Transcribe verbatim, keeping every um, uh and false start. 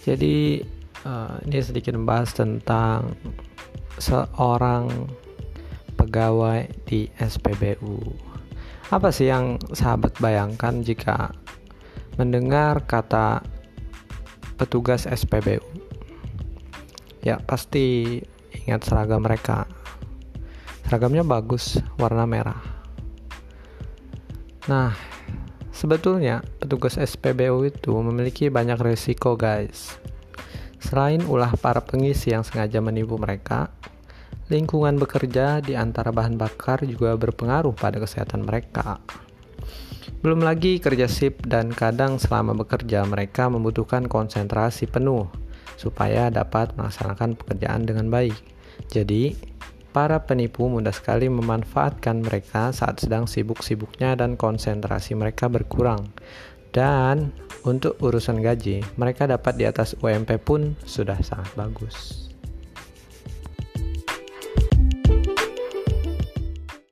Jadi uh, ini sedikit membahas tentang seorang pegawai di S P B U. Apa sih yang sahabat bayangkan jika mendengar kata petugas S P B U? Ya pasti ingat seragam mereka. Seragamnya bagus, warna merah. Nah, sebetulnya petugas S P B U itu memiliki banyak risiko, guys. Selain ulah para pengisi yang sengaja menipu mereka, lingkungan bekerja di antara bahan bakar juga berpengaruh pada kesehatan mereka. Belum lagi kerja shift, dan kadang selama bekerja mereka membutuhkan konsentrasi penuh supaya dapat melaksanakan pekerjaan dengan baik. Jadi, para penipu mudah sekali memanfaatkan mereka saat sedang sibuk-sibuknya dan konsentrasi mereka berkurang. Dan untuk urusan gaji, mereka dapat di atas U M P pun sudah sangat bagus.